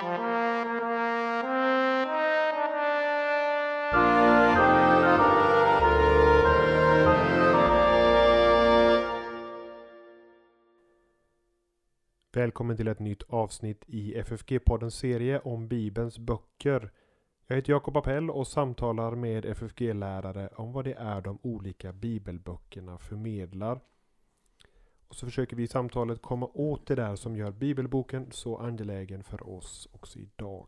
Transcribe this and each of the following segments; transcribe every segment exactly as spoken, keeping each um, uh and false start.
Välkommen till ett nytt avsnitt i F F G-poddens serie om Bibelns böcker. Jag heter Jakob Appell och samtalar med F F G-lärare om vad det är de olika bibelböckerna förmedlar. Och så försöker vi i samtalet komma åt det där som gör bibelboken så angelägen för oss också idag.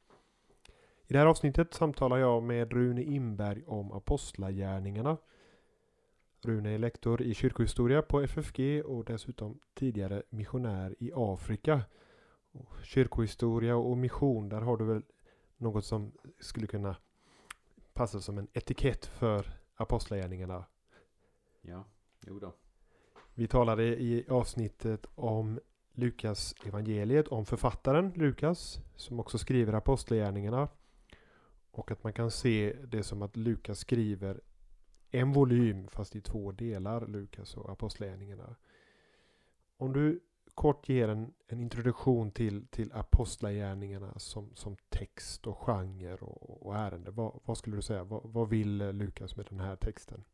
I det här avsnittet samtalar jag med Rune Imberg om apostlagärningarna. Rune är lektor i kyrkohistoria på F F G och dessutom tidigare missionär i Afrika. Och kyrkohistoria och mission, där har du väl något som skulle kunna passa som en etikett för apostlagärningarna. Ja, jo då. Vi talade i avsnittet om Lukas evangeliet, om författaren Lukas som också skriver apostlagärningarna. Och att man kan se det som att Lukas skriver en volym fast i två delar, Lukas och apostlagärningarna. Om du kort ger en, en introduktion till, till apostlagärningarna som, som text och genre och, och ärende. Vad, vad skulle du säga? Vad, vad vill Lukas med den här texten?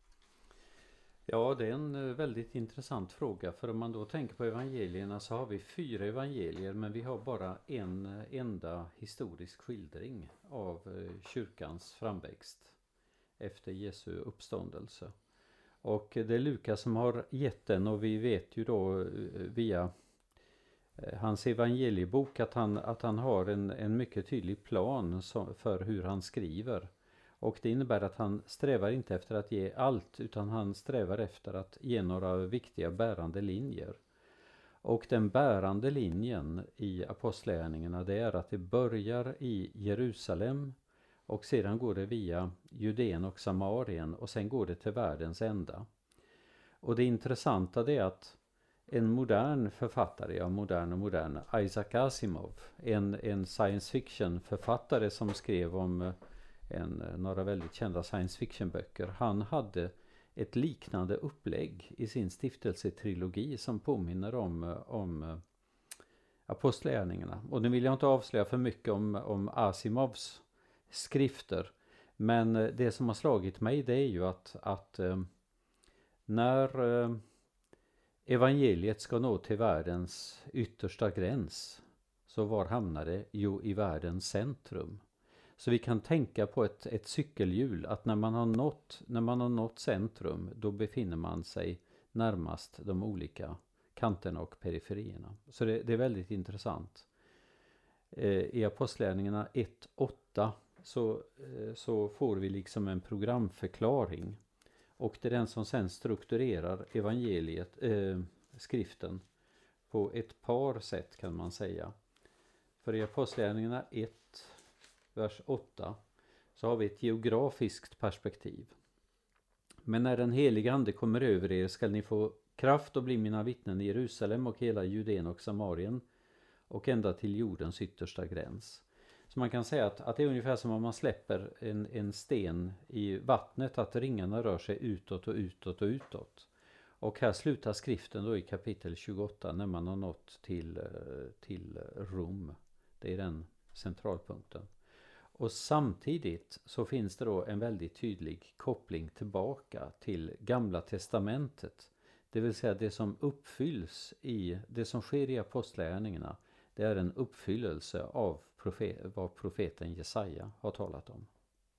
Ja, det är en väldigt intressant fråga. För om man då tänker på evangelierna så har vi fyra evangelier, men vi har bara en enda historisk skildring av kyrkans framväxt efter Jesu uppståndelse. Och det är Lukas som har gett den, och vi vet ju då via hans evangeliebok att han, att han har en, en mycket tydlig plan för hur han skriver. Och det innebär att han strävar inte efter att ge allt, utan han strävar efter att ge några viktiga bärande linjer. Och den bärande linjen i apostlagärningarna, det är att det börjar i Jerusalem och sedan går det via Judeen och Samarien och sen går det till världens ända. Och det intressanta är att en modern författare, ja modern och modern, Isaac Asimov, en, en science fiction författare som skrev om en, några väldigt kända science fiction böcker. Han hade ett liknande upplägg i sin stiftelsetrilogi som påminner om, om apostlagärningarna. Och nu vill jag inte avslöja för mycket om, om Asimovs skrifter, men det som har slagit mig, det är ju att, att eh, när eh, evangeliet ska nå till världens yttersta gräns, så var hamnar det? Jo, i världens centrum. Så vi kan tänka på ett, ett cykelhjul, att när man har nått, när man har nått centrum, då befinner man sig närmast de olika kanterna och periferierna. Så det, det är väldigt intressant. Eh, I apostlagärningarna ett åtta så, eh, så får vi liksom en programförklaring. Och det är den som sen strukturerar evangeliet, eh, skriften, på ett par sätt kan man säga. För i apostlagärningarna ett, vers åtta, så har vi ett geografiskt perspektiv. Men när den heliga ande kommer över er ska ni få kraft att bli mina vittnen i Jerusalem och hela Judeen och Samarien och ända till jordens yttersta gräns. Så man kan säga att, att det är ungefär som om man släpper en, en sten i vattnet, att ringarna rör sig utåt och utåt och utåt. Och här slutar skriften då i kapitel tjugoåtta när man har nått till, till Rom. Det är den centralpunkten. Och samtidigt så finns det då en väldigt tydlig koppling tillbaka till Gamla testamentet. Det vill säga det som uppfylls i, det som sker i apostlagärningarna, det är en uppfyllelse av profet, vad profeten Jesaja har talat om.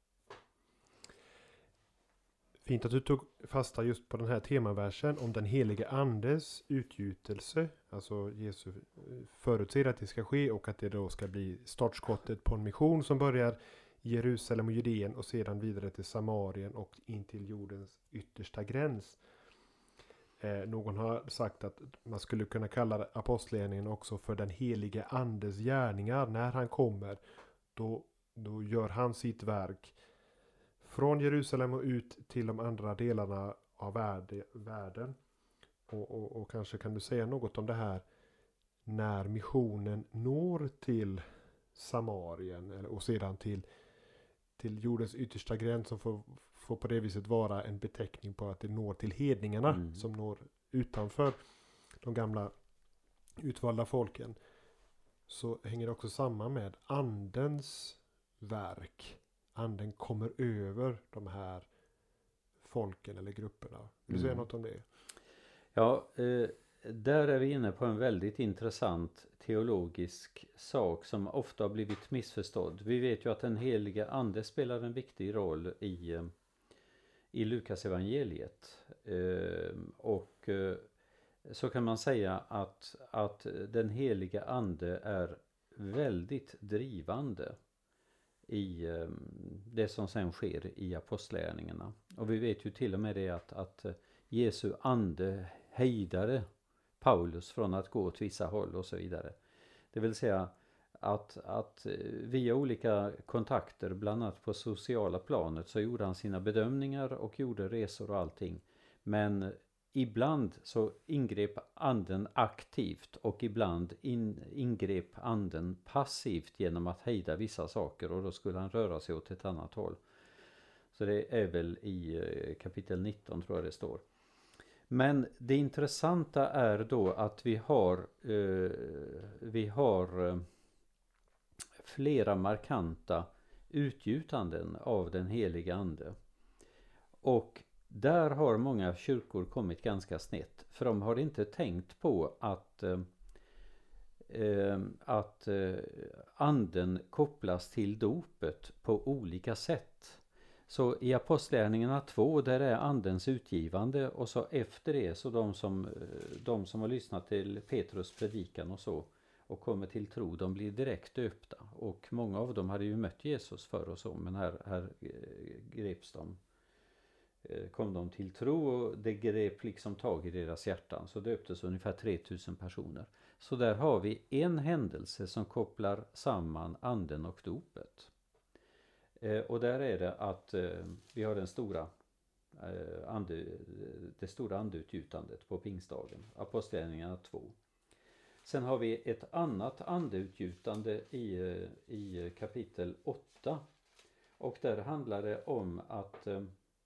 Fint att du tog fasta just på den här temaversen om den helige andes utgjutelse. Alltså Jesus förutser att det ska ske och att det då ska bli startskottet på en mission som börjar i Jerusalem och Judeen och sedan vidare till Samarien och in till jordens yttersta gräns. Eh, någon har sagt att man skulle kunna kalla apostlagärningarna också för den helige andes gärningar. När han kommer, då, då gör han sitt verk från Jerusalem och ut till de andra delarna av värld, världen. Och, och, och kanske kan du säga något om det här när missionen når till Samarien eller, och sedan till, till jordens yttersta gräns, som får, får på det viset vara en beteckning på att det når till hedningarna mm. som når utanför de gamla utvalda folken. så hänger det också samman med andens verk. Anden kommer över de här folken eller grupperna. Vill du säga Mm. något om det? Ja, eh, där är vi inne på en väldigt intressant teologisk sak som ofta har blivit missförstådd. Vi vet ju att den heliga ande spelar en viktig roll i, eh, i Lukas evangeliet. Eh, och eh, så kan man säga att, att den heliga ande är väldigt drivande i eh, det som sen sker i apostlagärningarna. Och vi vet ju till och med det att, att Jesu ande hejdade Paulus från att gå åt vissa håll och så vidare. Det vill säga att, att via olika kontakter, bland annat på sociala planet, så gjorde han sina bedömningar och gjorde resor och allting. Men ibland så ingrep anden aktivt och ibland in, ingrep anden passivt genom att hejda vissa saker, och då skulle han röra sig åt ett annat håll. Så det är väl i kapitel nitton tror jag det står. Men det intressanta är då att vi har, eh, vi har eh, flera markanta utgjutanden av den heliga ande. Och där har många kyrkor kommit ganska snett. För de har inte tänkt på att, eh, att eh, anden kopplas till dopet på olika sätt. Så i apostlagärningarna två, där är andens utgivande, och så efter det så de som, de som har lyssnat till Petrus predikan och så och kommer till tro, de blir direkt döpta. Och många av dem hade ju mött Jesus förr och så, men här, här greps de, kom de till tro, och det grep liksom tag i deras hjärtan. Så döptes ungefär tre tusen personer. Så där har vi en händelse som kopplar samman anden och dopet. Eh, och där är det att eh, vi har den stora, eh, ande, det stora andeutgjutandet på pingstdagen, apostlagärningarna två. Sen har vi ett annat andeutgjutande i, i kapitel åtta. Och där handlar det om att, eh,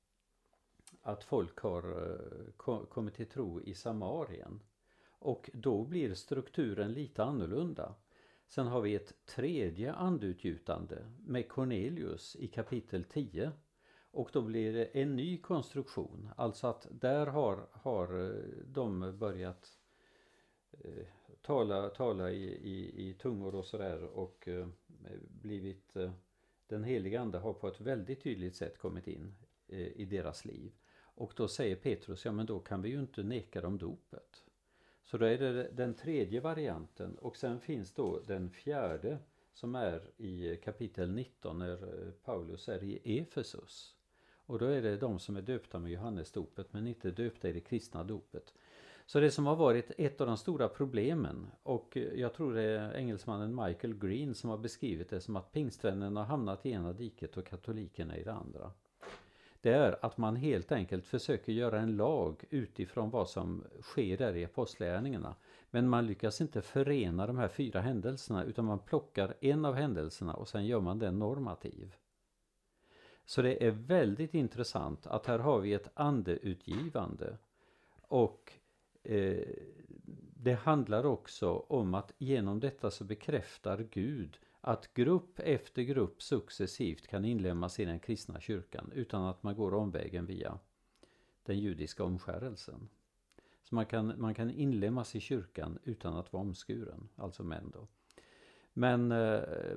att folk har eh, kommit till tro i Samarien. Och då blir strukturen lite annorlunda. Sen har vi ett tredje andeutgjutande med Cornelius i kapitel tio. Och då blir det en ny konstruktion. Alltså att där har, har de börjat eh, tala, tala i, i, i tungor och sådär. Och eh, blivit, eh, den heliga ande har på ett väldigt tydligt sätt kommit in eh, i deras liv. Och då säger Petrus, ja men då kan vi ju inte neka dem dopet. Så då är det den tredje varianten, och sen finns då den fjärde som är i kapitel nitton när Paulus är i Efesus. Och då är det de som är döpta med Johannesdopet men inte döpta i det kristna dopet. Så det som har varit ett av de stora problemen, och jag tror det är engelsmannen Michael Green som har beskrivit det som att pingstvännerna har hamnat i ena diket och katolikerna i det andra. Det är att man helt enkelt försöker göra en lag utifrån vad som sker där i apostlagärningarna. Men man lyckas inte förena de här fyra händelserna, utan man plockar en av händelserna och sen gör man den normativ. Så det är väldigt intressant att här har vi ett andeutgivande. Och eh, det handlar också om att genom detta så bekräftar Gud att grupp efter grupp successivt kan inlemmas i den kristna kyrkan utan att man går omvägen via den judiska omskärelsen. Så man kan, man kan inlemmas i kyrkan utan att vara omskuren, alltså män då. Men eh,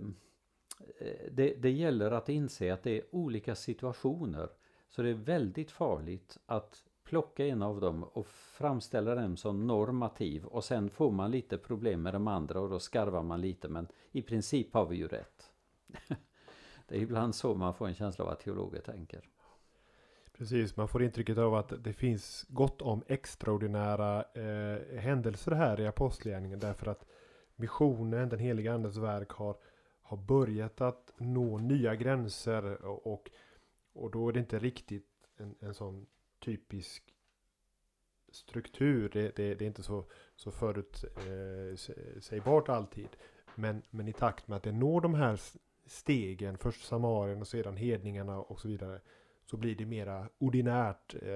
det, det gäller att inse att det är olika situationer, så det är väldigt farligt att plocka en av dem och framställa den som normativ, och sen får man lite problem med de andra och då skarvar man lite, men i princip har vi ju rätt. Det är ibland så man får en känsla av att teologer tänker. Precis, man får intrycket av att det finns gott om extraordinära eh, händelser här i apostlagärningen, därför att missionen, den heliga andens verk har, har börjat att nå nya gränser, och, och, och då är det inte riktigt en, en sån typisk struktur. Det, det, det är inte så, så förutsägbart eh, alltid. Men, men i takt med att det når de här stegen, först Samarien och sedan hedningarna och så vidare, så blir det mera ordinärt eh,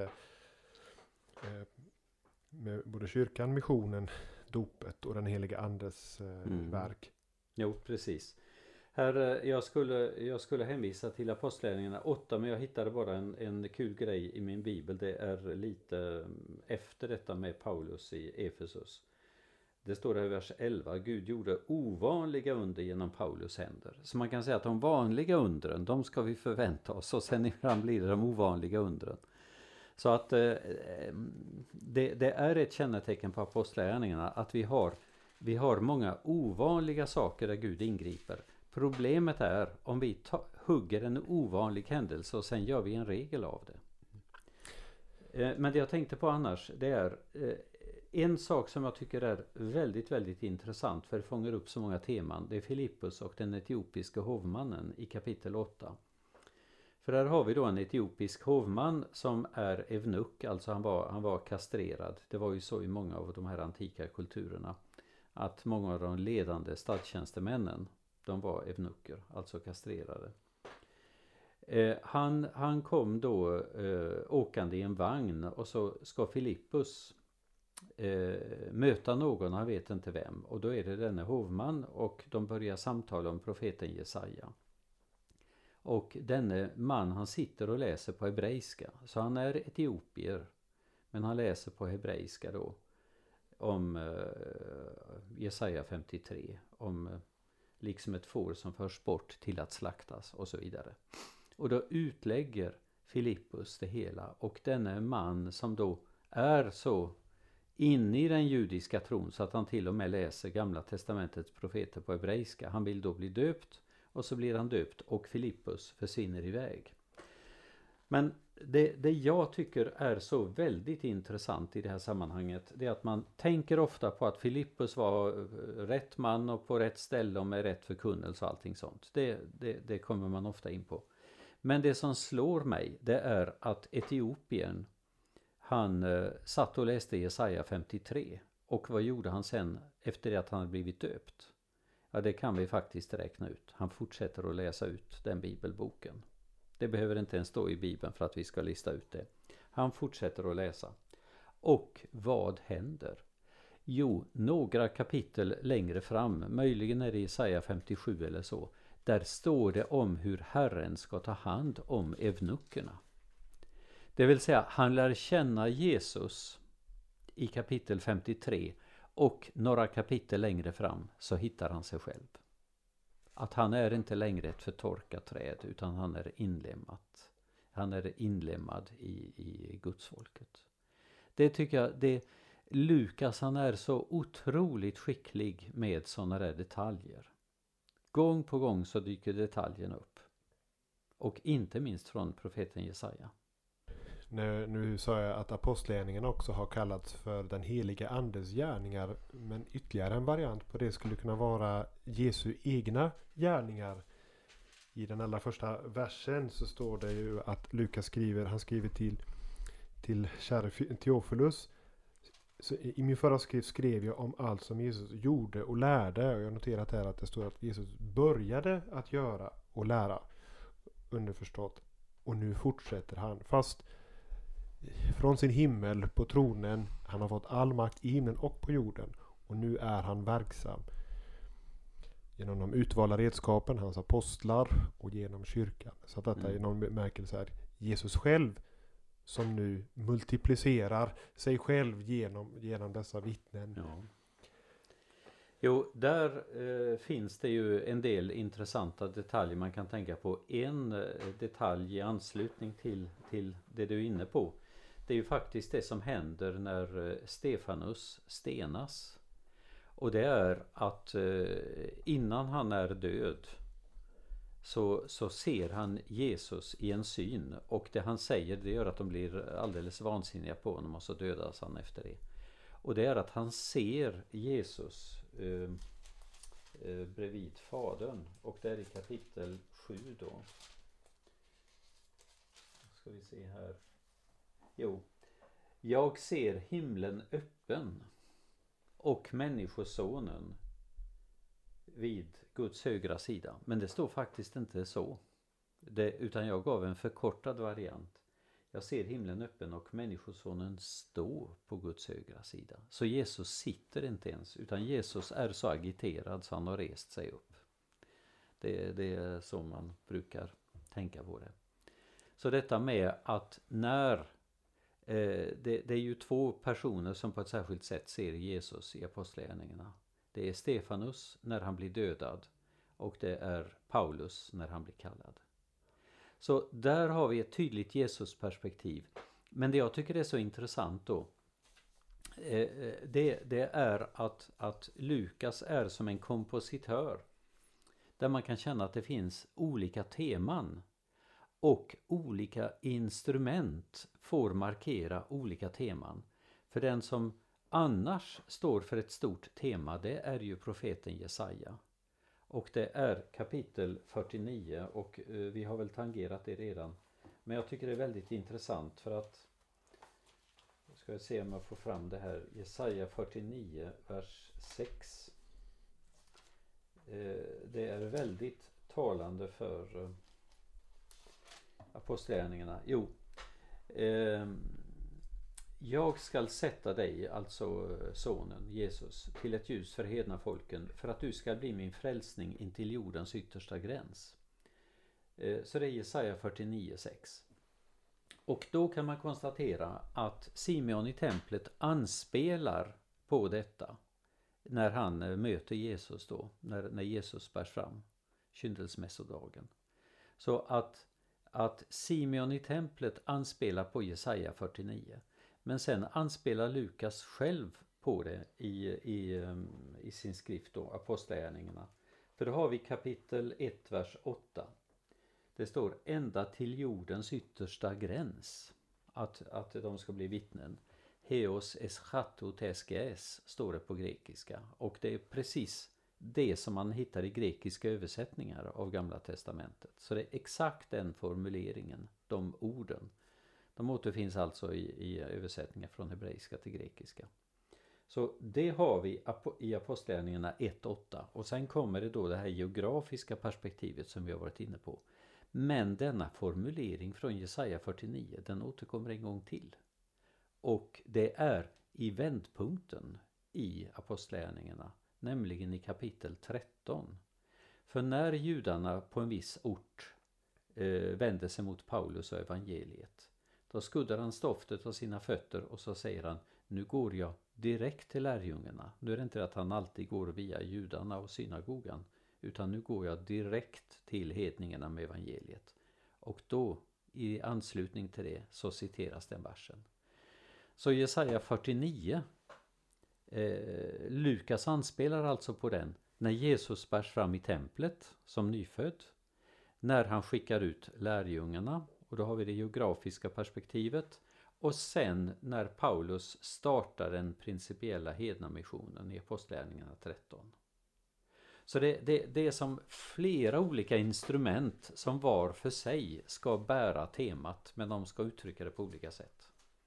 eh, med både kyrkan, missionen, dopet och den heliga andes eh, mm. verk. Jo, precis. Här, eh, jag, skulle, jag skulle hänvisa till Apostlagärningarna åtta, men jag hittade bara en, en kul grej i min bibel. Det är lite mm, efter detta med Paulus i Efesus. Det står där i vers elva: Gud gjorde ovanliga under genom Paulus händer. Så man kan säga att de vanliga undren, de ska vi förvänta oss, och sen ibland blir det de ovanliga undren. Så att eh, det, det är ett kännetecken på apostlagärningarna att vi har, vi har många ovanliga saker där Gud ingriper. Problemet är om vi ta, hugger en ovanlig händelse och sen gör vi en regel av det. Eh, men det jag tänkte på annars, det är eh, en sak som jag tycker är väldigt, väldigt intressant, för det fångar upp så många teman. Det är Filippus och den etiopiska hovmannen i kapitel åtta. För där har vi då en etiopisk hovman som är evnuk, alltså han var, han var kastrerad. Det var ju så i många av de här antika kulturerna att många av de ledande statstjänstemännen, de var evnuker, alltså kastrerade. Eh, han, han kom då eh, åkande i en vagn, och så ska Filippus eh, möta någon, han vet inte vem. Och då är det denne hovman, och de börjar samtala om profeten Jesaja. Och denne man, han sitter och läser på hebreiska. Så han är etiopier, men han läser på hebreiska då om eh, Jesaja femtiotre, om eh, liksom ett får som förs bort till att slaktas och så vidare. Och då utlägger Filippus det hela, och denne man som då är så inne i den judiska tron så att han till och med läser Gamla testamentets profeter på hebreiska. Han vill då bli döpt, och så blir han döpt, och Filippus försvinner iväg. Men det, det jag tycker är så väldigt intressant i det här sammanhanget, det är att man tänker ofta på att Filippus var rätt man och på rätt ställe och med rätt förkunnelse och allting sånt. Det, det, det kommer man ofta in på. Men det som slår mig, det är att Etiopien, han eh, satt och läste Jesaja femtiotre. Och vad gjorde han sen efter det att han hade blivit döpt? Ja, det kan vi faktiskt räkna ut. Han fortsätter att läsa ut den bibelboken. Det behöver inte ens stå i Bibeln för att vi ska lista ut det. Han fortsätter att läsa. Och vad händer? Jo, några kapitel längre fram, möjligen är det Jesaja femtiosju eller så, där står det om hur Herren ska ta hand om evnukerna. Det vill säga, han lär känna Jesus i kapitel femtiotre, och några kapitel längre fram så hittar han sig själv. Att han är inte längre ett förtorkat träd, utan han är inlemmat. Han är inlemmad i, i Gudsfolket. Det tycker jag, det, Lukas, han är så otroligt skicklig med sådana där detaljer. Gång på gång så dyker detaljerna upp. Och inte minst från profeten Jesaja. Nu, nu sa jag att apostlagärningarna också har kallats för den heliga andes gärningar, men ytterligare en variant på det skulle kunna vara Jesu egna gärningar. I den allra första versen så står det ju att Lukas skriver, han skriver till, till käre Theophilus: så i min förra skrift skrev jag om allt som Jesus gjorde och lärde, och jag har noterat här att det står att Jesus började att göra och lära, underförstått, och nu fortsätter han, fast från sin himmel på tronen. Han har fått all makt i himlen och på jorden, och nu är han verksam genom de utvalda redskapen, hans apostlar, och genom kyrkan. Så att detta mm. är någon bemärkelse här Jesus själv som nu multiplicerar sig själv genom, genom dessa vittnen. Ja. Jo, där eh, finns det ju en del intressanta detaljer man kan tänka på. En eh, detalj i anslutning till, till det du är inne på, det är ju faktiskt det som händer när eh, Stefanus stenas. Och det är att eh, innan han är död så, så ser han Jesus i en syn, och det han säger, det gör att de blir alldeles vansinniga på honom, och så dödas han efter det. Och det är att han ser Jesus eh, eh, bredvid fadern, och det är i kapitel sju då. Ska vi se här. Jo. Jag ser himlen öppen och människosonen vid Guds högra sida. Men det står faktiskt inte så. Det, utan jag gav en förkortad variant. Jag ser himlen öppen och människosonen stå på Guds högra sida. Så Jesus sitter inte ens, utan Jesus är så agiterad så han har rest sig upp. Det, det är så man brukar tänka på det. Så detta med att när, eh, det, det är ju två personer som på ett särskilt sätt ser Jesus i apostlagärningarna. Det är Stefanus när han blir dödad och det är Paulus när han blir kallad. Så där har vi ett tydligt Jesus-perspektiv. Men det jag tycker är så intressant då, eh, det, det är att, att Lukas är som en kompositör. Där man kan känna att det finns olika teman. Och olika instrument får markera olika teman. För den som annars står för ett stort tema, det är ju profeten Jesaja. Och det är kapitel fyrtionio och eh, vi har väl tangerat det redan. Men jag tycker det är väldigt intressant för att, jag ska se om jag får fram det här, Jesaja fyrtionio, vers sex. Eh, det är väldigt talande för eh, apostlagärningarna. Jo, eh, jag skall sätta dig, alltså sonen Jesus, till ett ljus för hedna folken, för att du ska bli min frälsning intill jordens yttersta gräns. Eh, så det är Jesaja fyrtionio sex. Och då kan man konstatera att Simeon i templet anspelar på detta när han möter Jesus då, när, när Jesus bärs fram, kyndelsmässodagen. Så att, att Simeon i templet anspelar på Jesaja fyrtionio. Men sen anspelar Lukas själv på det i, i, i sin skrift då, Apostlagärningarna. För då har vi kapitel ett, vers åtta. Det står ända till jordens yttersta gräns att, att de ska bli vittnen. Heos eschato tesges står det på grekiska. Och det är precis det som man hittar i grekiska översättningar av Gamla testamentet. Så det är exakt den formuleringen, de orden. De återfinns alltså i, i översättningar från hebreiska till grekiska. Så det har vi i Apostlagärningarna ett åtta. Och sen kommer det då det här geografiska perspektivet som vi har varit inne på. Men denna formulering från Jesaja fyrtionio, den återkommer en gång till. Och det är i vändpunkten i Apostlagärningarna, nämligen i kapitel tretton. För när judarna på en viss ort eh, vänder sig mot Paulus och evangeliet, då skuddar han stoftet av sina fötter och så säger han, nu går jag direkt till lärjungarna. Nu är det inte att han alltid går via judarna och synagogan, utan nu går jag direkt till hedningarna med evangeliet. Och då i anslutning till det så citeras den versen. Så Jesaja fyrtionio, eh, Lukas anspelar alltså på den när Jesus bärs fram i templet som nyfödd, när han skickar ut lärjungarna, och då har vi det geografiska perspektivet, och sen när Paulus startar den principiella hednamissionen i Apostlagärningarna tretton. Så det, det, det är som flera olika instrument som var för sig ska bära temat, men de ska uttrycka det på olika sätt.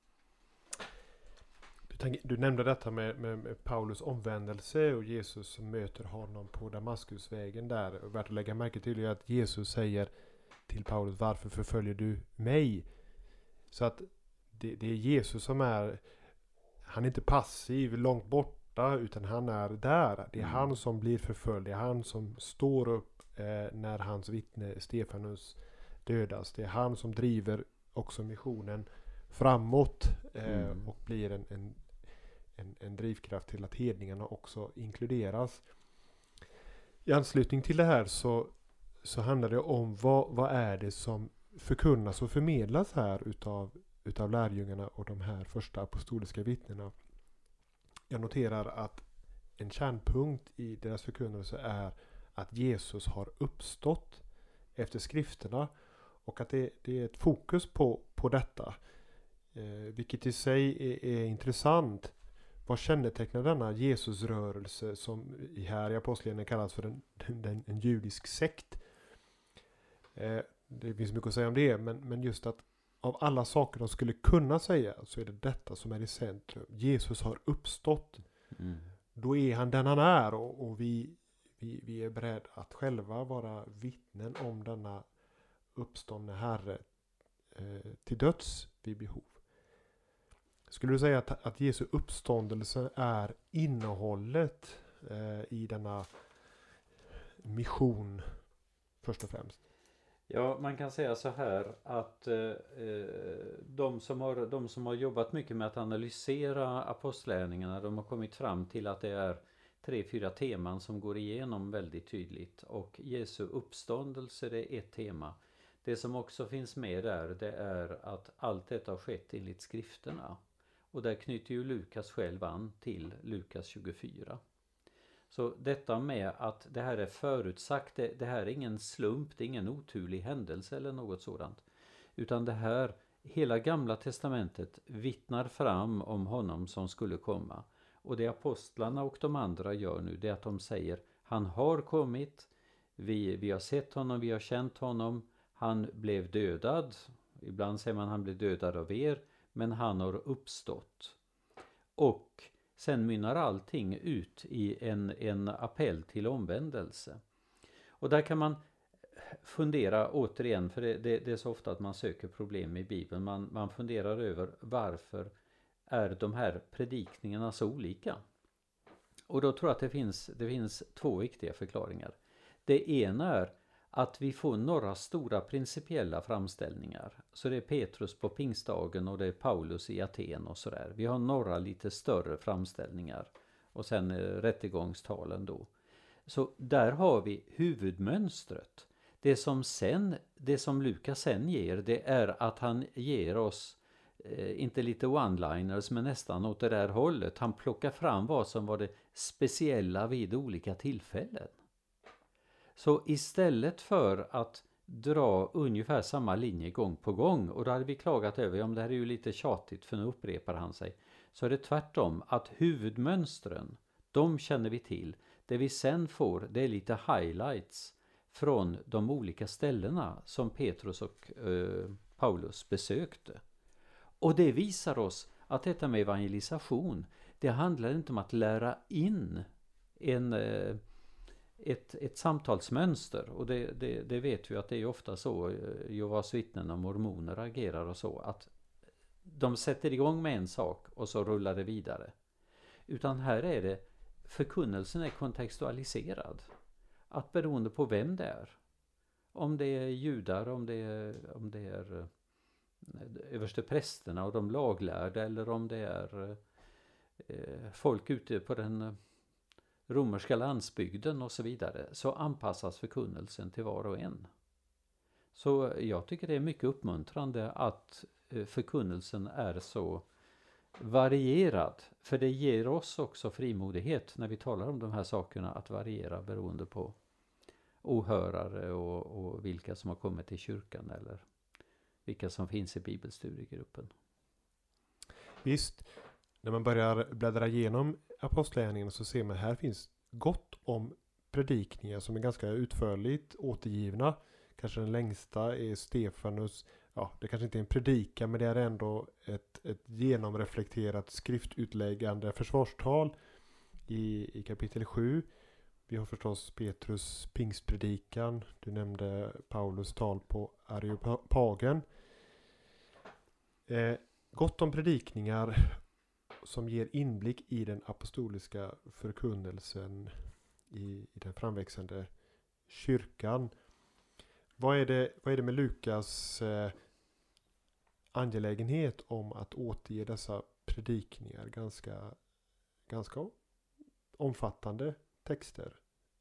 Du, tänk, du nämnde detta med, med, med Paulus omvändelse och Jesus som möter honom på Damaskusvägen där. Och värt att lägga märke till är att Jesus säger till Paulus, varför förföljer du mig? Så att det, det är Jesus som är, han är inte passiv, långt borta, utan han är där. Det är mm. han som blir förföljd, det är han som står upp eh, när hans vittne Stefanus dödas. Det är han som driver också missionen framåt eh, mm. och blir en, en, en, en drivkraft till att hedningarna också inkluderas. I anslutning till det här så, så handlar det om vad, vad är det som förkunnas och förmedlas här utav, utav lärjungarna och de här första apostoliska vittnena. Jag noterar att en kärnpunkt i deras förkunnelse är att Jesus har uppstått efter skrifterna och att det, det är ett fokus på, på detta. Eh, vilket i sig är, är intressant. Vad kännetecknar denna Jesusrörelse som här i Apostlagärningarna kallas för en, en, en judisk sekt? Eh, det finns mycket att säga om det, men, men just att av alla saker de skulle kunna säga så är det detta som är i centrum. Jesus har uppstått. Mm. Då är han den han är och, och vi, vi, vi är beredda att själva vara vittnen om denna uppståndne Herre eh, till döds vid behov. Skulle du säga att, att Jesu uppståndelse är innehållet eh, i denna mission först och främst? Ja, man kan säga så här att eh, de, som har, de som har jobbat mycket med att analysera apostlärningarna, de har kommit fram till att det är tre, fyra teman som går igenom väldigt tydligt. Och Jesu uppståndelse, det är ett tema. Det som också finns med där, det är att allt detta har skett enligt skrifterna. Och där knyter ju Lukas själv an till Lukas tjugofyra. Så detta med att det här är förutsagt, det, det här är ingen slump, det är ingen oturlig händelse eller något sådant. Utan det här, hela gamla testamentet vittnar fram om honom som skulle komma. Och det apostlarna och de andra gör nu, det är att de säger, han har kommit, vi, vi har sett honom, vi har känt honom, han blev dödad, ibland säger man han blev dödad av er, men han har uppstått. Och sen mynnar allting ut i en, en appell till omvändelse. Och där kan man fundera återigen, för det, det, det är så ofta att man söker problem i Bibeln. Man, man funderar över varför är de här predikningarna så olika. Och då tror jag att det finns, det finns två viktiga förklaringar. Det ena är att vi får några stora principiella framställningar. Så det är Petrus på pingstdagen och det är Paulus i Aten och sådär. Vi har några lite större framställningar. Och sen eh, rättegångstalen då. Så där har vi huvudmönstret. Det som, sen, det som Lukas sen ger, det är att han ger oss eh, inte lite one-liners men nästan åt det där hållet. Han plockar fram vad som var det speciella vid olika tillfällen. Så istället för att dra ungefär samma linje gång på gång, och då hade vi klagat över, om det här är ju lite tjatigt för nu upprepar han sig, så är det tvärtom att huvudmönstren, de känner vi till. Det vi sen får, det är lite highlights från de olika ställena som Petrus och eh, Paulus besökte. Och det visar oss att detta med evangelisation, det handlar inte om att lära in en... Eh, Ett, ett samtalsmönster, och det, det, det vet vi att det är ofta så Jehovas vittnen och mormoner agerar och så, att de sätter igång med en sak och så rullar det vidare. Utan här är det, förkunnelsen är kontextualiserad. Att beroende på vem det är, om det är judar, om det är, om det är översteprästerna och de laglärda, eller om det är eh, folk ute på den romerska landsbygden och så vidare, så anpassas förkunnelsen till var och en. Så jag tycker det är mycket uppmuntrande att förkunnelsen är så varierad, för det ger oss också frimodighet när vi talar om de här sakerna, att variera beroende på åhörare och, och vilka som har kommit till kyrkan eller vilka som finns i bibelstudiegruppen. Visst, när man börjar bläddra igenom apostlagärningarna så ser man att här finns gott om predikningar som är ganska utförligt återgivna. Kanske den längsta är Stefanus. Ja, det kanske inte är en predikan, men det är ändå ett, ett genomreflekterat skriftutläggande försvarstal i, i kapitel sju. Vi har förstås Petrus pingstpredikan. Du nämnde Paulus tal på Areopagen. Eh, gott om predikningar som ger inblick i den apostoliska förkunnelsen i, i den framväxande kyrkan. Vad är det, vad är det med Lukas eh, angelägenhet om att återge dessa predikningar, ganska, ganska omfattande texter?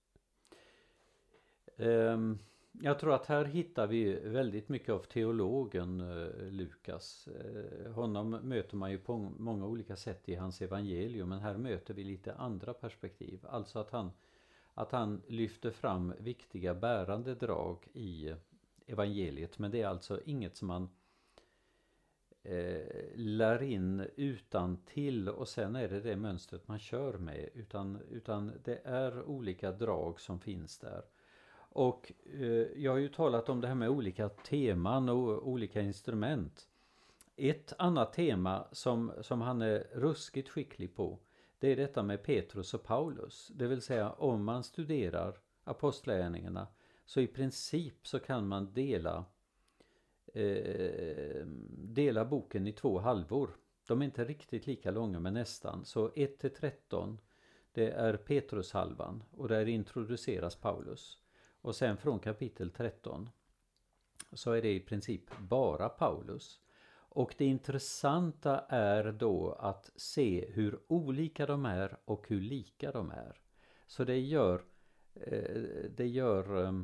Um, jag tror att här hittar vi väldigt mycket av teologen uh, Lukas. Uh, honom möter man ju på många olika sätt i hans evangelium, men här möter vi lite andra perspektiv. Alltså att han, att han lyfter fram viktiga bärande drag i evangeliet, men det är alltså inget som man eh, lär in utan till och sen är det det mönstret man kör med, utan, utan det är olika drag som finns där. Och eh, jag har ju talat om det här med olika teman och olika instrument. Ett annat tema som, som han är ruskigt skicklig på, det är detta med Petrus och Paulus. Det vill säga, om man studerar apostlagärningarna så i princip så kan man dela eh, delar boken i två halvor. De är inte riktigt lika långa men nästan. Så ett till tretton det är Petrushalvan och där introduceras Paulus. Och sen från kapitel tretton så är det i princip bara Paulus. Och det intressanta är då att se hur olika de är och hur lika de är. Så det gör, det gör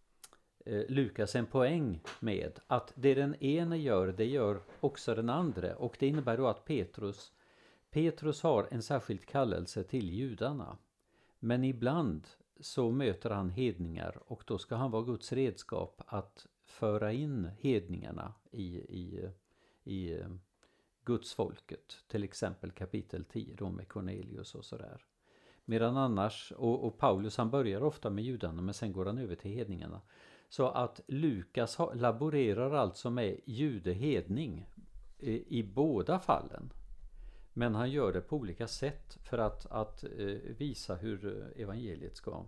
Lukas en poäng med att det den ene gör, det gör också den andra. Och det innebär då att Petrus, Petrus har en särskild kallelse till judarna. Men ibland så möter han hedningar och då ska han vara Guds redskap att föra in hedningarna i, i, i Guds folket. Till exempel kapitel tio då med Cornelius och sådär. Medan annars, och, och Paulus han börjar ofta med judarna men sen går han över till hedningarna. Så att Lukas laborerar alltså med judehedning i, i båda fallen. Men han gör det på olika sätt för att, att eh, visa hur evangeliet ska,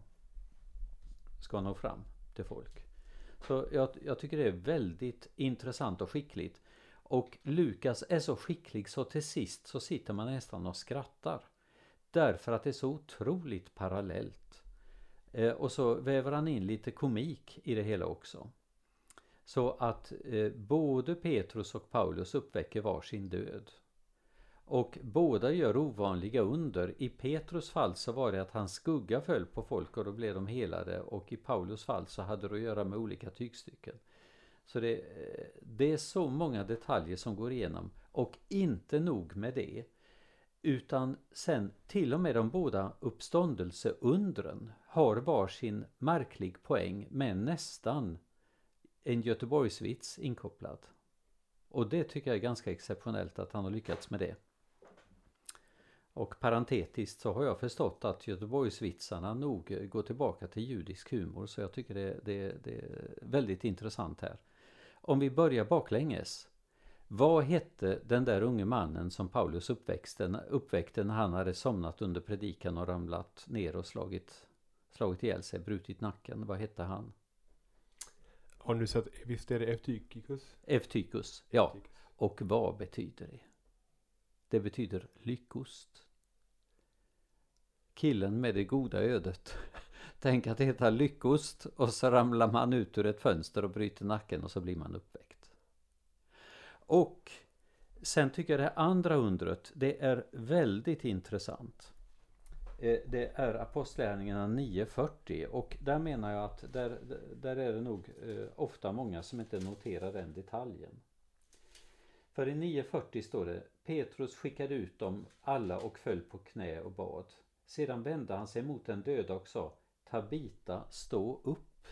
ska nå fram till folk. Så jag, jag tycker det är väldigt intressant och skickligt. Och Lukas är så skicklig så till sist så sitter man nästan och skrattar. Därför att det är så otroligt parallellt. Eh, och så väver han in lite komik i det hela också. Så att eh, både Petrus och Paulus uppväcker var sin död. Och båda gör ovanliga under. I Petrus fall så var det att hans skugga föll på folk och då blev de helade. Och i Paulus fall så hade det att göra med olika tygstycken. Så det, det är så många detaljer som går igenom. Och inte nog med det. Utan sen till och med de båda uppståndelseundren har var sin märklig poäng med nästan en Göteborgsvits inkopplad. Och det tycker jag är ganska exceptionellt att han har lyckats med det. Och parentetiskt så har jag förstått att Göteborgsvitsarna nog går tillbaka till judisk humor. Så jag tycker det, det, det är väldigt intressant här. Om vi börjar baklänges. Vad hette den där unge mannen som Paulus uppväxte, uppväckte när han hade somnat under predikan och ramlat ner och slagit, slagit ihjäl sig, brutit nacken? Vad hette han? Har du sett, visst är det Eutychus? Eutychus, ja. Och vad betyder det? Det betyder lyckost. Killen med det goda ödet. Tänk att det heter lyckost och så ramlar man ut ur ett fönster och bryter nacken och så blir man uppväckt. Och sen tycker jag det andra undret, det är väldigt intressant. Det är Apostlagärningarna nio fyrtio och där menar jag att där, där är det nog ofta många som inte noterar den detaljen. För i nio fyrtio står det: Petrus skickade ut dem alla och föll på knä och bad. Sedan vände han sig mot den döda och sa: Tabita, stå upp.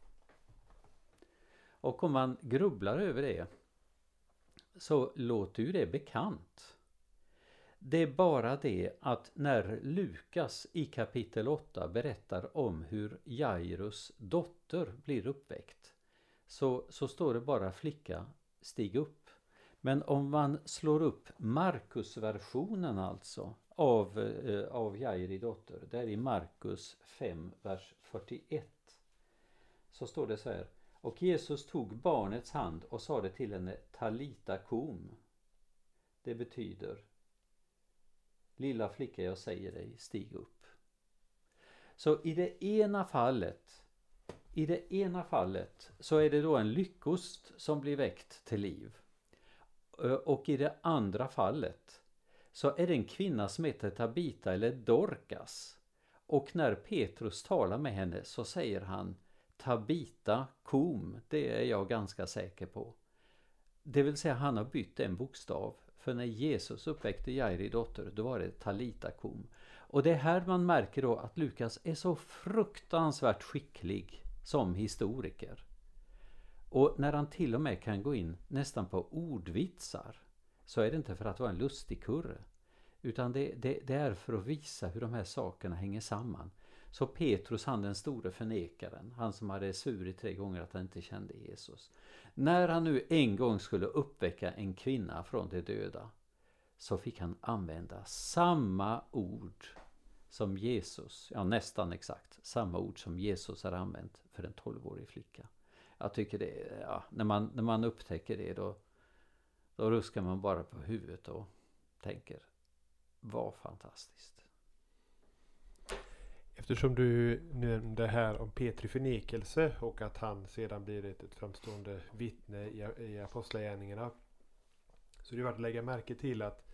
Och om man grubblar över det så låter ju det bekant. Det är bara det att när Lukas i kapitel åtta berättar om hur Jairus dotter blir uppväckt så, så står det bara flicka, stig upp. Men om man slår upp Markus-versionen alltså av, eh, av Jairi dotter, där i Markus fem, vers fyrtioett, så står det så här: och Jesus tog barnets hand och sade till henne, Talita kum. Det betyder, lilla flicka, jag säger dig, stig upp. Så i det ena fallet, i det ena fallet så är det då en lyckost som blir väckt till liv. Och i det andra fallet så är det en kvinna som heter Tabita eller Dorcas. Och när Petrus talar med henne så säger han Tabita kum, det är jag ganska säker på. Det vill säga han har bytt en bokstav. För när Jesus uppväckte Jairi dotter, då var det Talita kum. Och det är här man märker då att Lukas är så fruktansvärt skicklig som historiker. Och när han till och med kan gå in nästan på ordvitsar så är det inte för att vara en lustig kurre. Utan det, det, det är för att visa hur de här sakerna hänger samman. Så Petrus, han den store förnekaren, han som hade svurit tre gånger att han inte kände Jesus. När han nu en gång skulle uppväcka en kvinna från de döda så fick han använda samma ord som Jesus, ja nästan exakt samma ord som Jesus har använt för en tolvårig flicka. Jag tycker det, ja, när man, när man upptäcker det då, då ruskar man bara på huvudet och tänker, vad fantastiskt. Eftersom du nämnde här om Petri förnekelse och att han sedan blir ett, ett framstående vittne i, i apostlagärningarna, så det är värt att lägga märke till att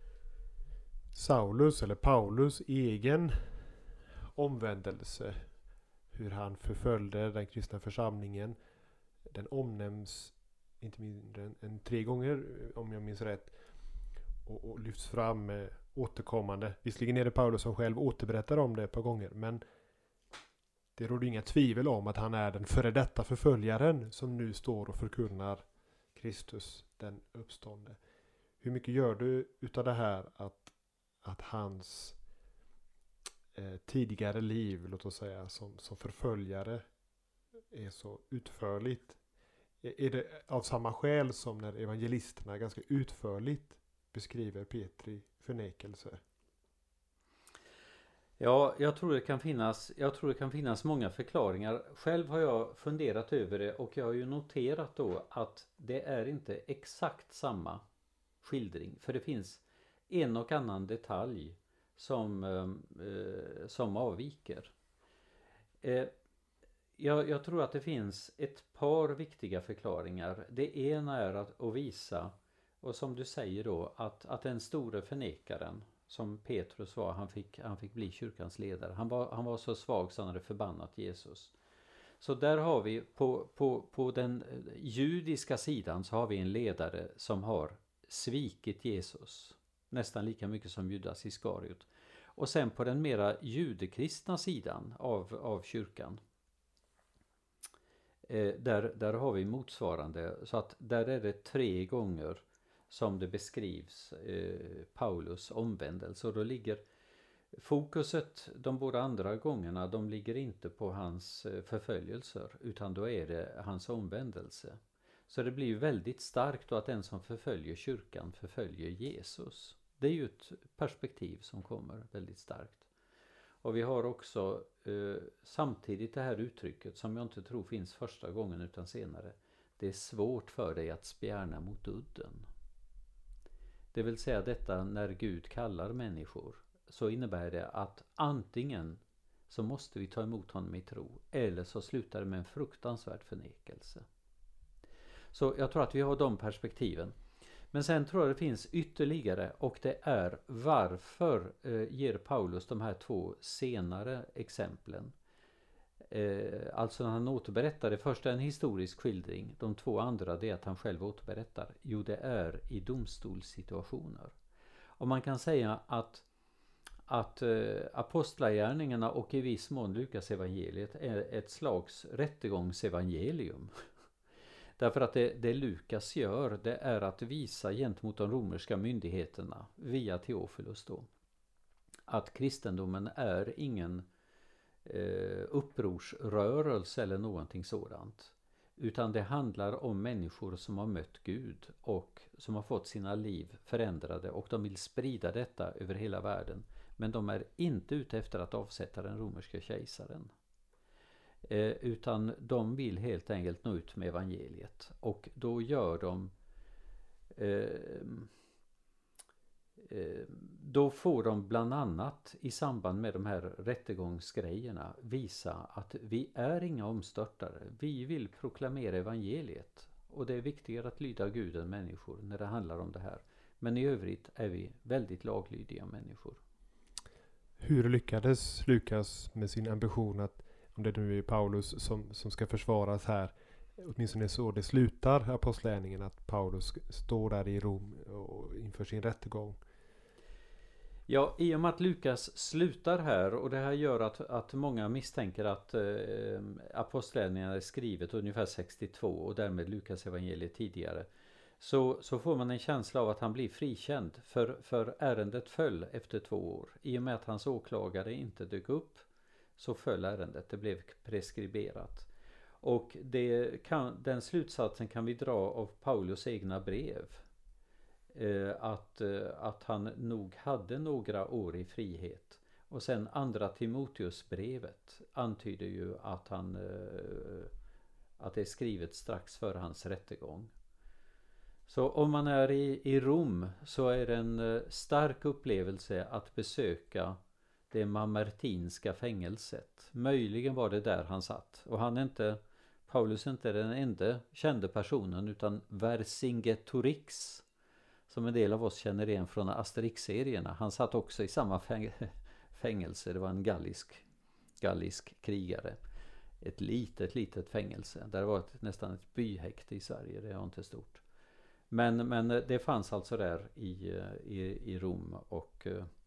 Saulus eller Paulus egen omvändelse, hur han förföljde den kristna församlingen, den omnämns inte mindre än, än tre gånger om jag minns rätt, och, och lyfts fram eh, återkommande. Visserligen är det Paulus som själv återberättar om det ett par gånger, men det råder inga tvivel om att han är den före detta förföljaren som nu står och förkunnar Kristus, den uppstånde. Hur mycket gör du utav det här att, att hans eh, tidigare liv, låt oss säga, som, som förföljare är så utförligt? Är, är det av samma skäl som när evangelisterna ganska utförligt beskriver Petri förnekelse? Ja, jag tror det kan finnas, jag tror det kan finnas många förklaringar. Själv har jag funderat över det och jag har ju noterat då att det är inte exakt samma skildring. För det finns en och annan detalj som, eh, som avviker. Eh, jag, jag tror att det finns ett par viktiga förklaringar. Det ena är att, att visa, och som du säger då, att, att den store förnekaren som Petrus var, han fick, han fick bli kyrkans ledare. Han var, han var så svag så han hade förbannat Jesus. Så där har vi, på, på, på den judiska sidan så har vi en ledare som har svikit Jesus. Nästan lika mycket som Judas Iskariot. Och sen på den mera judekristna sidan av, av kyrkan. Eh, där, där har vi motsvarande. Så att där är det tre gånger som det beskrivs eh, Paulus omvändelse. Och då ligger fokuset de båda andra gångerna, de ligger inte på hans eh, förföljelser, utan då är det hans omvändelse. Så det blir ju väldigt starkt då att den som förföljer kyrkan förföljer Jesus. Det är ju ett perspektiv som kommer väldigt starkt. Och vi har också eh, samtidigt det här uttrycket som jag inte tror finns första gången utan senare. Det är svårt för dig att spjärna mot udden. Det vill säga detta, när Gud kallar människor så innebär det att antingen så måste vi ta emot honom i tro, eller så slutar det med en fruktansvärd förnekelse. Så jag tror att vi har de perspektiven. Men sen tror jag det finns ytterligare, och det är varför eh, ger Paulus de här två senare exemplen. Eh, alltså när han återberättar, det första är en historisk skildring, de två andra det är att han själv återberättar. Jo, det är i domstolssituationer. Och man kan säga att att eh, apostlagärningarna och i viss mån Lukas evangeliet är ett slags rättegångsevangelium. Därför att det, det Lukas gör, det är att visa gentemot de romerska myndigheterna via Teofilus då, att kristendomen är ingen eh, upprorsrörelse eller någonting sådant. Utan det handlar om människor som har mött Gud och som har fått sina liv förändrade, och de vill sprida detta över hela världen. Men de är inte ute efter att avsätta den romerska kejsaren. Eh, utan de vill helt enkelt nå ut med evangeliet. Och då gör de... Eh, eh, då får de bland annat i samband med de här rättegångsgrejerna visa att vi är inga omstörtare. Vi vill proklamera evangeliet. Och det är viktigare att lyda Gud än människor när det handlar om det här. Men i övrigt är vi väldigt laglydiga människor. Hur lyckades Lukas med sin ambition att, om det nu är Paulus som, som ska försvaras här, åtminstone så det slutar apostlagärningen, att Paulus står där i Rom och inför sin rättegång? Ja, i och med att Lukas slutar här, och det här gör att, att många misstänker att eh, apostlagärningarna är skrivet ungefär sextiotvå och därmed Lukas evangeliet tidigare, så, så får man en känsla av att han blir frikänd, för, för ärendet föll efter två år. I och med att hans åklagare inte dök upp så föll ärendet, det blev preskriberat. Och det kan, den slutsatsen kan vi dra av Paulus egna brev. Eh, att, eh, att han nog hade några år i frihet. Och sen andra Timoteusbrevet antyder ju att han, eh, att det är skrivet strax före hans rättegång. Så om man är i, i Rom så är det en eh, stark upplevelse att besöka det mamertinska fängelset. Möjligen var det där han satt. Och han är inte, Paulus är inte den enda kände personen, utan Vercingetorix, som en del av oss känner igen från Asterix-serierna. Han satt också i samma fäng- fängelse. Det var en gallisk, gallisk krigare. Ett litet, litet fängelse. Där var ett, nästan ett byhäkte i Sverige. Det är inte stort. Men, men det fanns alltså där i, i, i Rom. Och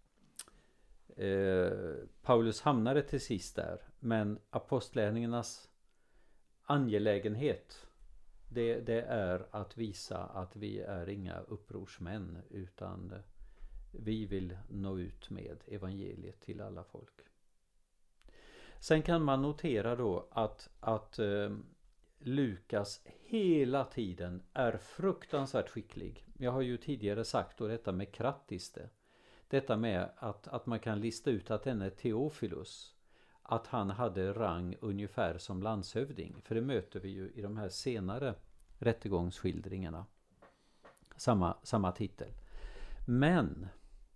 eh, Paulus hamnade till sist där. Men apostlärningarnas angelägenhet, det, det är att visa att vi är inga upprorsmän, utan vi vill nå ut med evangeliet till alla folk. Sen kan man notera då att, att eh, Lukas hela tiden är fruktansvärt skicklig. Jag har ju tidigare sagt då detta med Krattiste. Detta med att, att man kan lista ut att denne Teofilus, att han hade rang ungefär som landshövding. För det möter vi ju i de här senare rättegångsskildringarna. Samma, samma titel. Men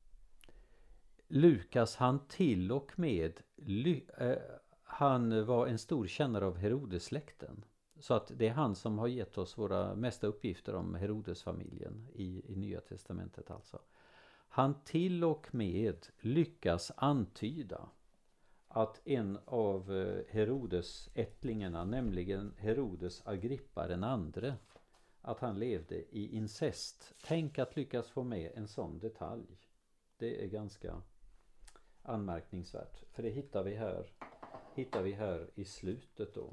Lukas han till och med eh, han var en stor kännare av Herodesläkten. Så att det är han som har gett oss våra mesta uppgifter om Herodesfamiljen i, i Nya Testamentet alltså. Han till och med lyckas antyda att en av Herodes ättlingarna, nämligen Herodes Agrippa den andre, att han levde i incest. Tänk att lyckas få med en sån detalj. Det är ganska anmärkningsvärt. För det hittar vi här, hittar vi här i slutet då.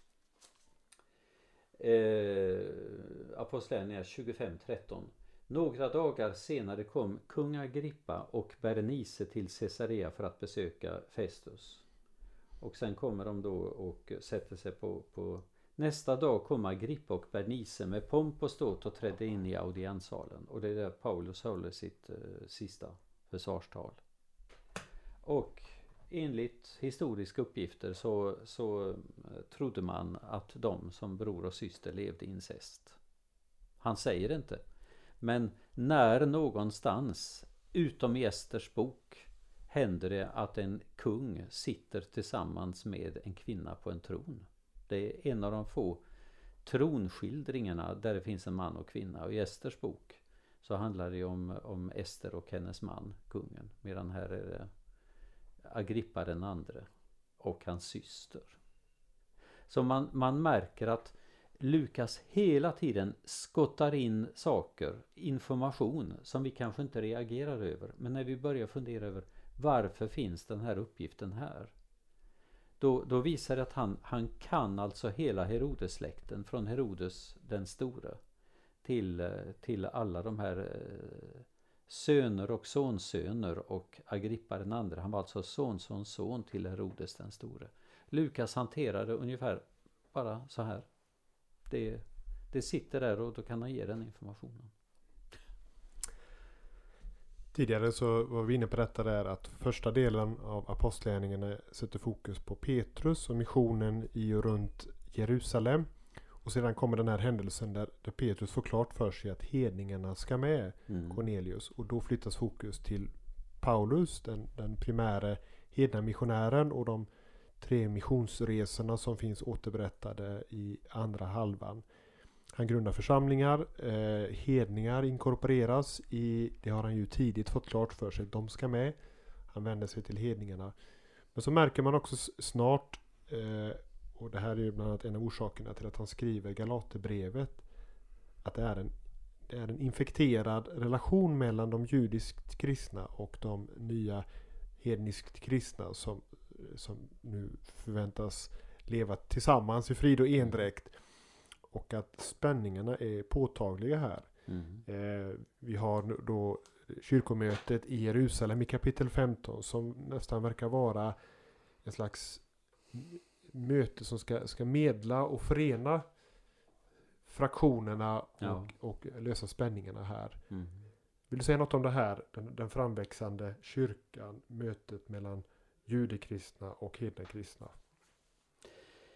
Eh, Apostlagärningarna tjugofem tretton. Några dagar senare kom kung Agrippa och Bernice till Caesarea för att besöka Festus. Och sen kommer de då och sätter sig på, på... Nästa dag kom Agrippa och Bernice med pomp och ståt och trädde in i audienssalen. Och det är där Paulus håller sitt eh, sista försvarstal. Och enligt historiska uppgifter så, så trodde man att de som bror och syster levde incest. Han säger det inte. Men när någonstans, utom i Esters bok, händer det att en kung sitter tillsammans med en kvinna på en tron. Det är en av de få tronskildringarna där det finns en man och kvinna. Och i Esters bok så handlar det om, om Ester och hennes man, kungen. Medan här är det Agrippa den andre och hans syster. Så man, man märker att Lukas hela tiden skottar in saker, information som vi kanske inte reagerar över. Men när vi börjar fundera över varför finns den här uppgiften här? Då, då visar det att han, han kan alltså hela Herodesläkten, från Herodes den store till, till alla de här söner och sonsöner och Agrippa den andra. Han var alltså sonsons son till Herodes den store. Lukas hanterade ungefär bara så här. Det, det sitter där och då kan han ge den informationen. Tidigare så var vi inne på detta där att första delen av apostlagärningarna sätter fokus på Petrus och missionen i och runt Jerusalem. Och sedan kommer den här händelsen där, där Petrus får klart för sig att hedningarna ska med mm. Cornelius. Och då flyttas fokus till Paulus, den, den primära hedna missionären, och de tre missionsresorna som finns återberättade i andra halvan. Han grundar församlingar, eh, hedningar inkorporeras i, det har han ju tidigt fått klart för sig, de ska med. Han vänder sig till hedningarna. Men så märker man också snart, eh, och det här är ju bland annat en av orsakerna till att han skriver Galaterbrevet, att det är en, det är en infekterad relation mellan de judiskt kristna och de nya hedniskt kristna som, som nu förväntas leva tillsammans i frid och endräkt. Och att spänningarna är påtagliga här. Mm. Eh, vi har då kyrkomötet i Jerusalem i kapitel femton som nästan verkar vara en slags möte som ska, ska medla och förena fraktionerna och, ja. och lösa spänningarna här. Mm. Vill du säga något om det här, den, den framväxande kyrkan, mötet mellan judekristna och hedna kristna?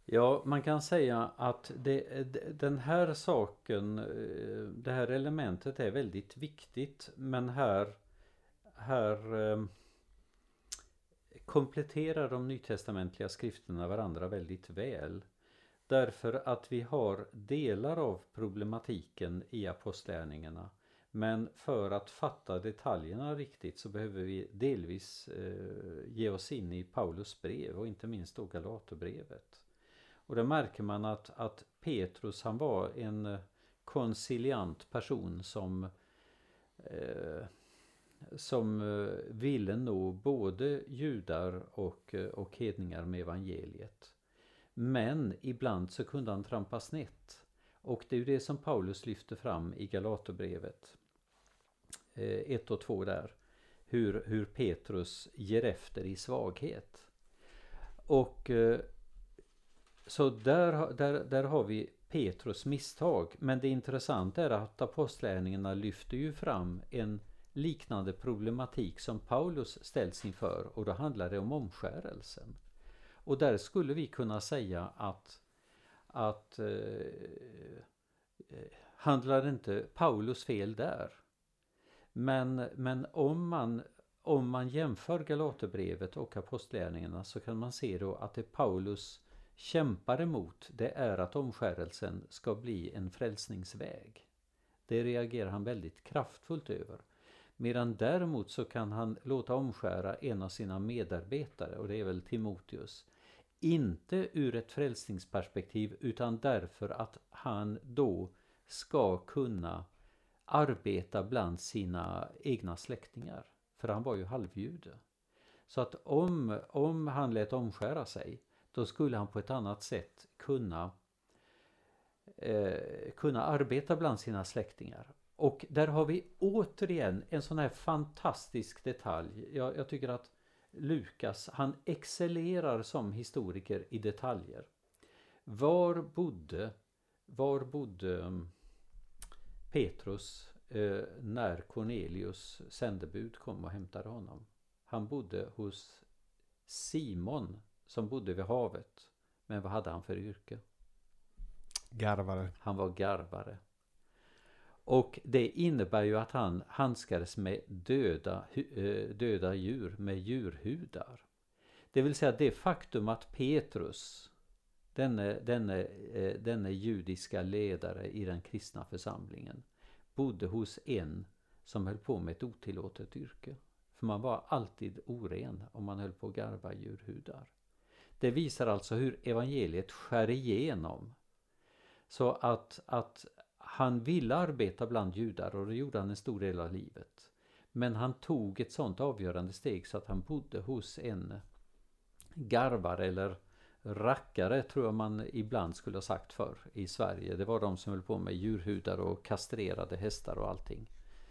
Ja, man kan säga att det, den här saken, det här elementet är väldigt viktigt, men här, här eh, kompletterar de nytestamentliga skrifterna varandra väldigt väl. Därför att vi har delar av problematiken i apostlagärningarna, men för att fatta detaljerna riktigt så behöver vi delvis eh, ge oss in i Paulus brev och inte minst då Galaterbrevet. Och där märker man att, att Petrus, han var en konciliant person som, eh, som ville nå både judar och, och hedningar med evangeliet. Men ibland så kunde han trampa snett. Och det är ju det som Paulus lyfter fram i Galaterbrevet ett och två där. Hur, hur Petrus ger efter i svaghet. Och så där, där, där har vi Petrus misstag. Men det intressanta är att apostlagärningarna lyfter ju fram en liknande problematik som Paulus ställs inför. Och då handlar det om omskärelsen. Och där skulle vi kunna säga att, att eh, handlar inte Paulus fel där. Men, men om, man, om man jämför Galaterbrevet och apostlagärningarna så kan man se då att det Paulus kämpar emot, det är att omskärelsen ska bli en frälsningsväg. Det reagerar han väldigt kraftfullt över. Medan däremot så kan han låta omskära en av sina medarbetare, och det är väl Timoteus. Inte ur ett frälsningsperspektiv utan därför att han då ska kunna arbeta bland sina egna släktingar. För han var ju halvjude. Så att om, om han lät omskära sig, då skulle han på ett annat sätt kunna, eh, kunna arbeta bland sina släktingar. Och där har vi återigen en sån här fantastisk detalj. Jag, jag tycker att Lukas, han excellerar som historiker i detaljer. Var bodde, var bodde Petrus eh, när Cornelius sändebud kom och hämtade honom? Han bodde hos Simon som bodde vid havet. Men vad hade han för yrke? Garvare. Han var garvare. Och det innebär ju att han handskades med döda, döda djur, med djurhudar. Det vill säga det faktum att Petrus, denne, denne, denne judiska ledare i den kristna församlingen, bodde hos en som höll på med ett otillåtet yrke. För man var alltid oren om man höll på att garva djurhudar. Det visar alltså hur evangeliet skär igenom. Så att, att han ville arbeta bland judar, och det gjorde han en stor del av livet. Men han tog ett sånt avgörande steg så att han bodde hos en garvare eller rackare, tror jag man ibland skulle ha sagt förr i Sverige. Det var de som höll på med djurhudar och kastrerade hästar och allting.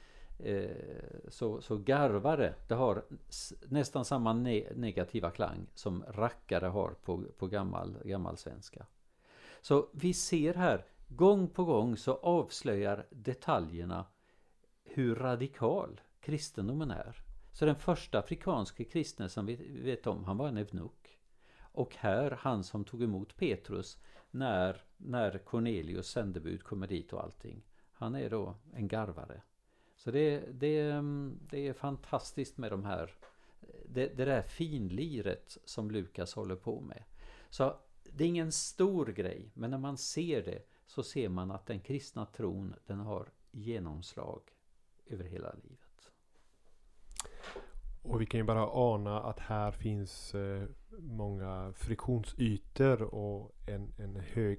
Så, så garvare, det har nästan samma ne- negativa klang som rackare har på, på gammal, gammal svenska. Så vi ser här, gång på gång så avslöjar detaljerna hur radikal kristendomen är. Så den första afrikanske kristne som vi vet om, han var en evnuk. Och här, han som tog emot Petrus när, när Cornelius sändebud kommer dit och allting. Han är då en garvare. Så det, det, det är fantastiskt med de här, det, det där finliret som Lukas håller på med. Så det är ingen stor grej, men när man ser det så ser man att den kristna tron, den har genomslag över hela livet. Och vi kan ju bara ana att här finns eh, många friktionsytor och en, en hög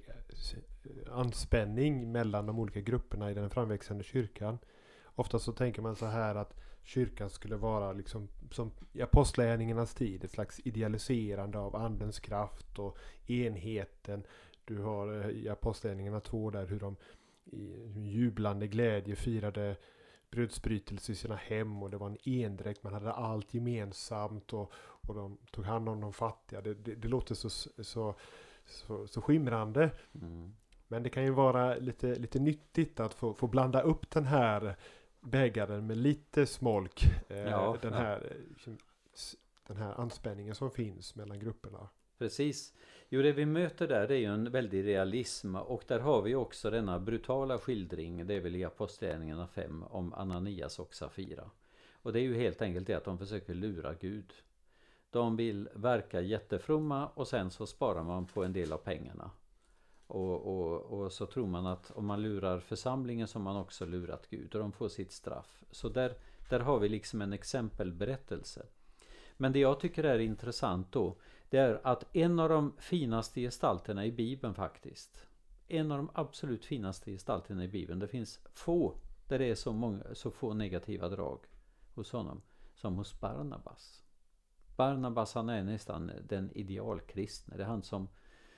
anspänning mellan de olika grupperna i den framväxande kyrkan. Ofta så tänker man så här att kyrkan skulle vara liksom som i apostlagärningarnas tid, ett slags idealiserande av andens kraft och enheten. Du har i apostlagärningarna två där hur de i jublande glädje firade brödsbrytelse i sina hem, och det var en endräkt, man hade allt gemensamt, och, och de tog hand om de fattiga. Det, det, det låter så, så, så, så skimrande. Mm. Men det kan ju vara lite, lite nyttigt att få, få blanda upp den här bägaren med lite smolk. Eh, ja, den, ja. här, den här anspänningen som finns mellan grupperna. Precis. Jo, det vi möter där det är ju en väldig realism, och där har vi också denna brutala skildring, det är väl i Apostlagärningarna fem, om Ananias och Safira. Och det är ju helt enkelt det att de försöker lura Gud. De vill verka jättefromma och sen så sparar man på en del av pengarna. Och, och, och så tror man att om man lurar församlingen så har man också lurat Gud, och de får sitt straff. Så där, där har vi liksom en exempelberättelse. Men det jag tycker är intressant då, det är att en av de finaste gestalterna i Bibeln faktiskt, en av de absolut finaste gestalterna i Bibeln, det finns få där det är så, många, så få negativa drag hos honom som hos Barnabas. Barnabas, han är nästan den idealkristne. Det är han som,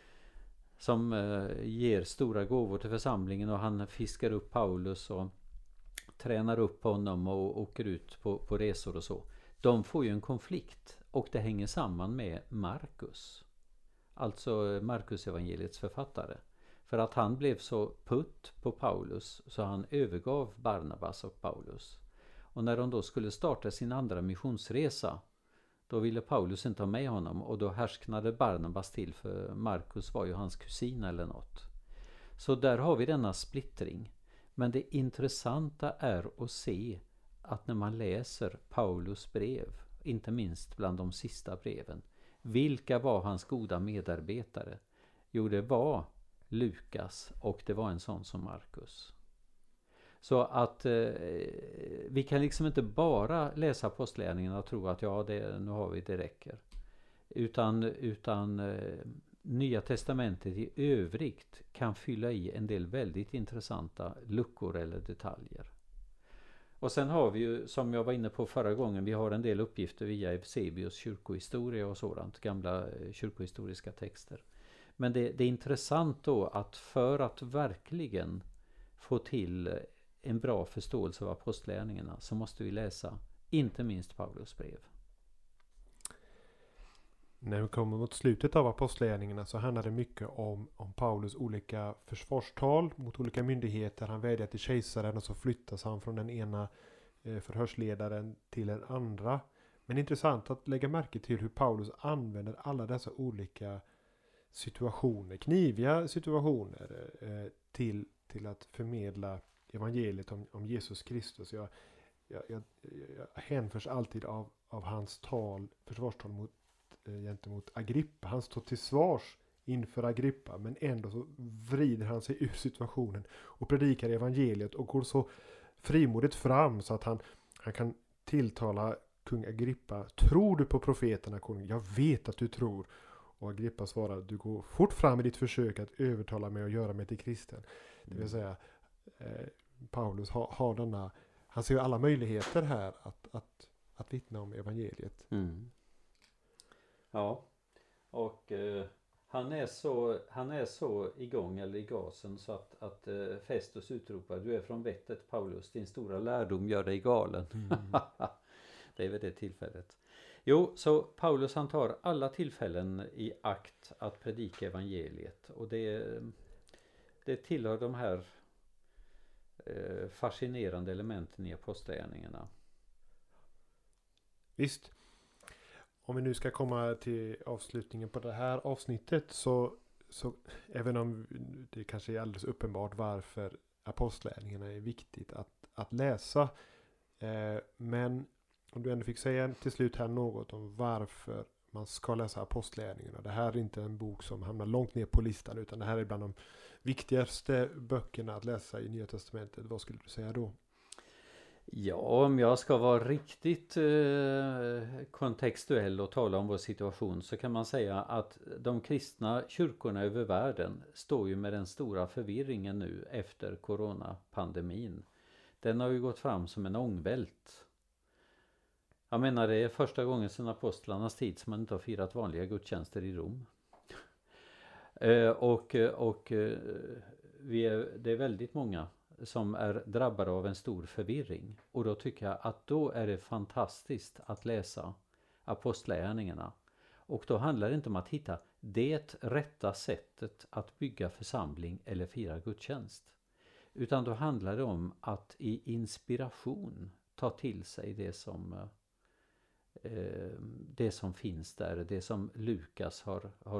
som eh, ger stora gåvor till församlingen, och han fiskar upp Paulus och tränar upp honom och åker ut på, på resor och så. De får ju en konflikt, och det hänger samman med Markus. Alltså Markus evangeliets författare. För att han blev så putt på Paulus så han övergav Barnabas och Paulus. Och när de då skulle starta sin andra missionsresa, då ville Paulus inte ha med honom, och då härsknade Barnabas till, för Markus var ju hans kusin eller något. Så där har vi denna splittring. Men det intressanta är att se att när man läser Paulus brev, inte minst bland de sista breven, vilka var hans goda medarbetare? Jo, det var Lukas, och det var en sån som Markus. Så att eh, vi kan liksom inte bara läsa Apostlagärningarna och tro att ja, det, nu har vi det räcker. Utan, utan eh, Nya testamentet i övrigt kan fylla i en del väldigt intressanta luckor eller detaljer. Och sen har vi ju, som jag var inne på förra gången, vi har en del uppgifter via Eusebius kyrkohistoria och sådant, gamla kyrkohistoriska texter. Men det, det är intressant då att för att verkligen få till en bra förståelse av apostlagärningarna så måste vi läsa inte minst Paulus brev. När vi kommer mot slutet av apostlagärningarna så handlar det mycket om, om Paulus olika försvarstal mot olika myndigheter. Han vädjar till kejsaren och så flyttas han från den ena eh, förhörsledaren till den andra. Men det är intressant att lägga märke till hur Paulus använder alla dessa olika situationer, kniviga situationer eh, till, till att förmedla evangeliet om, om Jesus Kristus. Jag, jag, jag, jag hänförs alltid av, av hans tal, försvarstal mot gentemot Agrippa. Han står till svars inför Agrippa, men ändå så vrider han sig ur situationen och predikar evangeliet och går så frimodigt fram så att han, han kan tilltala kung Agrippa: tror du på profeterna, kung? Jag vet att du tror. Och Agrippa svarar: du går fort fram i ditt försök att övertala mig och göra mig till kristen. Det vill säga eh, Paulus har, har denna, han ser ju alla möjligheter här att, att, att vittna om evangeliet. Mm. Ja, och eh, han, är så, han är så igång eller i gasen så att, att eh, Festus utropar: du är från vettet, Paulus, din stora lärdom gör dig galen. Mm. Det är väl det tillfället. Jo, så Paulus han tar alla tillfällen i akt att predika evangeliet, och det, det tillhör de här eh, fascinerande elementen i apostlagärningarna. Visst. Om vi nu ska komma till avslutningen på det här avsnittet så, så även om det kanske är alldeles uppenbart varför apostlagärningarna är viktigt att, att läsa, eh, men om du ändå fick säga till slut här något om varför man ska läsa apostlagärningarna. Det här är inte en bok som hamnar långt ner på listan, utan det här är bland de viktigaste böckerna att läsa i Nya testamentet. Vad skulle du säga då? Ja, om jag ska vara riktigt eh, kontextuell och tala om vår situation så kan man säga att de kristna kyrkorna över världen står ju med den stora förvirringen nu efter coronapandemin. Den har ju gått fram som en ångvält. Jag menar, det är första gången sedan apostlarnas tid som man inte har firat vanliga gudstjänster i Rom. eh, och och eh, vi är, det är väldigt många som är drabbade av en stor förvirring. Och då tycker jag att då är det fantastiskt att läsa apostlagärningarna. Och då handlar det inte om att hitta det rätta sättet att bygga församling eller fira gudstjänst. Utan då handlar det om att i inspiration ta till sig det som, eh, det som finns där. Det som Lukas har, har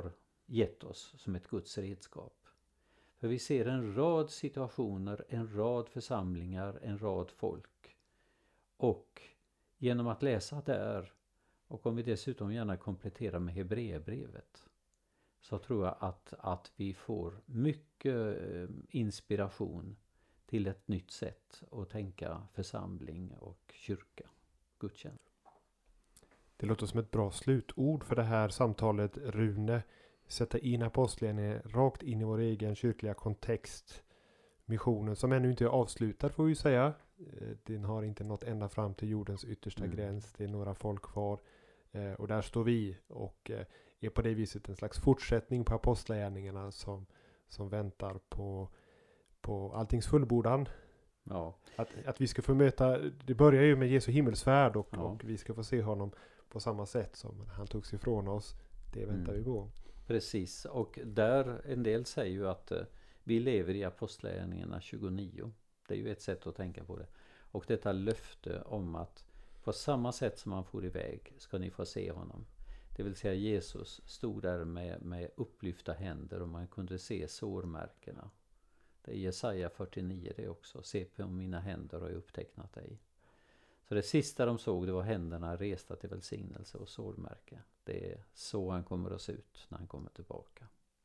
gett oss som ett Guds redskap. För vi ser en rad situationer, en rad församlingar, en rad folk. Och genom att läsa där, och om vi dessutom gärna kompletterar med Hebreerbrevet, så tror jag att, att vi får mycket inspiration till ett nytt sätt att tänka församling och kyrka, gudstjänst. Det låter som ett bra slutord för det här samtalet, Rune. Sätta in apostlagärningarna rakt in i vår egen kyrkliga kontext. Missionen som ännu inte är avslutad får vi säga. Den har inte nått ända fram till jordens yttersta mm. gräns. Det är några folk kvar. Och där står vi och är på det viset en slags fortsättning på apostlagärningarna som, som väntar på, på alltings fullbordan. Ja. Att, att vi ska få möta, det börjar ju med Jesu himmelsfärd och, ja. och vi ska få se honom på samma sätt som han togs ifrån oss. Det väntar mm. vi på. Precis, och där en del säger ju att eh, vi lever i apostlagärningarna tjugonio. Det är ju ett sätt att tänka på det. Och detta löfte om att på samma sätt som han får iväg ska ni få se honom. Det vill säga Jesus stod där med, med upplyfta händer och man kunde se sårmärkena. Det är Jesaja fyrtionio det också. Se på mina händer och jag upptecknat dig. Så det sista de såg det var händerna resta till välsignelse och sårmärke. Det är så han kommer att se ut när han kommer tillbaka.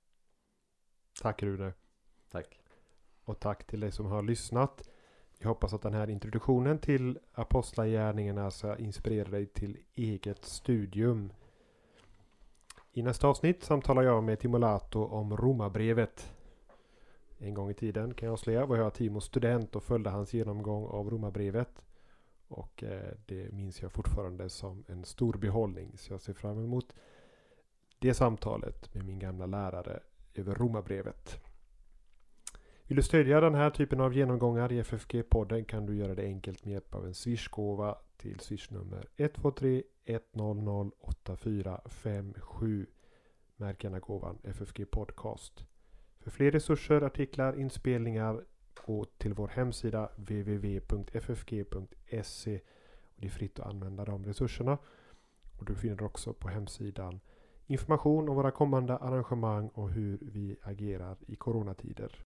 Tack Rune. Tack. Och tack till dig som har lyssnat. Jag hoppas att den här introduktionen till apostlagärningarna ska inspirera dig till eget studium. I nästa avsnitt samtalar jag med Timolato om Romarbrevet. En gång i tiden kan jag avslöja var jag Timos student och följde hans genomgång av Romarbrevet. Och eh, det minns jag fortfarande som en stor behållning. Så jag ser fram emot det samtalet med min gamla lärare över Romarbrevet. Vill du stödja den här typen av genomgångar i F F G-podden kan du göra det enkelt med hjälp av en swishgåva till swishnummer ett två tre ett noll noll åtta fyra fem sju. Märk gärna gåvan F F G Podcast. För fler resurser, artiklar, inspelningar gå till vår hemsida w w w punkt f f g punkt s e. Det är fritt att använda de resurserna. Och du finner också på hemsidan information om våra kommande arrangemang och hur vi agerar i coronatider.